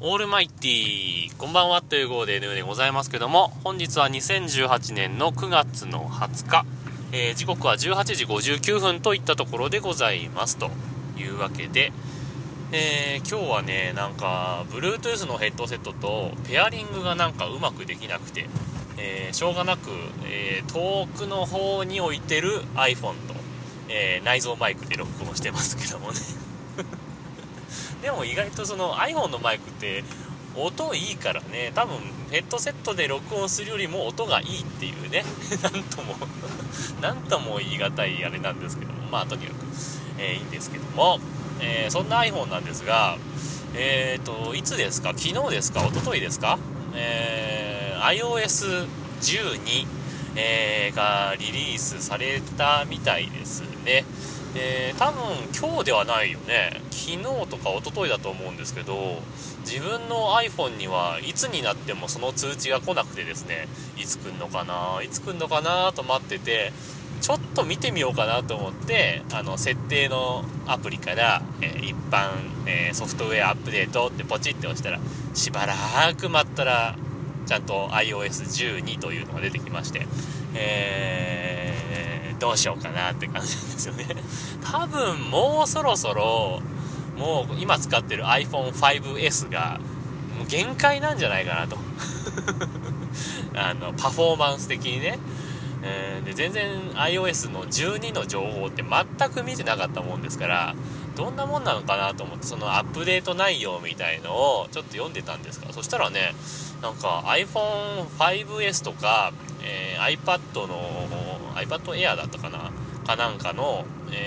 オールマイティーこんばんはという号で N でございますけども、本日は2018年の9月の20日、時刻は18時59分といったところでございますというわけで、今日はね、なんか Bluetooth のヘッドセットとペアリングがなんかうまくできなくて、しょうがなく、遠くの方に置いてる iPhone と、内蔵マイクで録音してますけどもねでも意外とその iPhone のマイクって音いいからね、多分ヘッドセットで録音するよりも音がいいっていうねなんとも言い難いあれなんですけども、まあとにかく、いいんですけども、そんな iPhone なんですが、いつですか、昨日ですか、一昨日ですか、iOS12、がリリースされたみたいですね。多分今日ではないよね。昨日とか一昨日だと思うんですけど、自分の iPhone にはいつになってもその通知が来なくてですね、いつ来んのかなと待ってて、ちょっと見てみようかなと思って、設定のアプリから、一般、ソフトウェアアップデートってポチって押したら、しばらく待ったらちゃんと iOS12 というのが出てきまして、どうしようかなって感じなんですよね。多分もうそろそろ、もう今使ってる iPhone5S がもう限界なんじゃないかなとパフォーマンス的にね。で全然 iOS の12の情報って全く見てなかったもんですから、どんなもんなのかなと思って、そのアップデート内容みたいのをちょっと読んでたんですが、そしたらね、なんか iPhone5S とか、iPad の iPad Air だったかなんかの、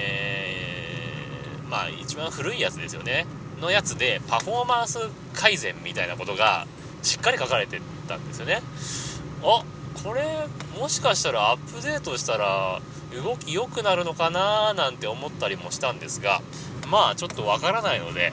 まあ一番古いやつですよねのやつでパフォーマンス改善みたいなことがしっかり書かれてたんですよね。これもしかしたらアップデートしたら動き良くなるのかななんて思ったりもしたんですが、まあちょっとわからないので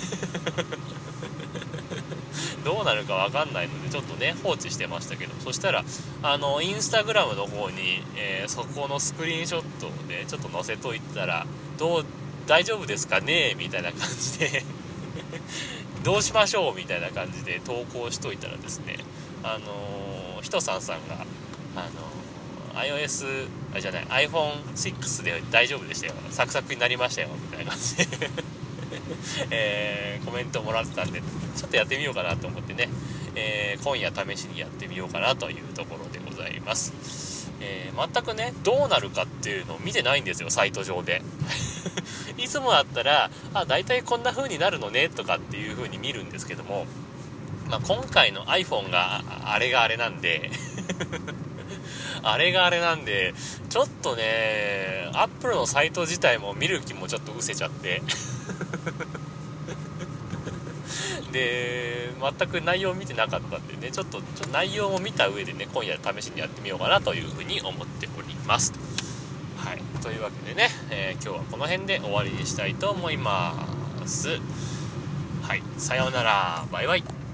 どうなるかわかんないのでちょっとね放置してましたけど、そしたらインスタグラムの方に、そこのスクリーンショットをねちょっと載せといたら、大丈夫ですかねみたいな感じでどうしましょうみたいな感じで投稿しといたらですね、ひとさんがiOS じゃない iPhone6 で大丈夫でしたよ、サクサクになりましたよみたいな感じでコメントもらってたんで、ちょっとやってみようかなと思ってね、今夜試しにやってみようかなというところでございます。全くねどうなるかっていうのを見てないんですよ、サイト上でいつもだったらだいたいこんな風になるのねとかっていう風に見るんですけども、今回の iPhone があれがあれなんであれがあれなんでちょっとね Apple のサイト自体も見る気もちょっと失せちゃってで全く内容を見てなかったんでね、ちょっと内容を見た上でね今夜試しにやってみようかなというふうに思っております。はい、というわけでね、今日はこの辺で終わりにしたいと思います。はい、さようなら、バイバイ。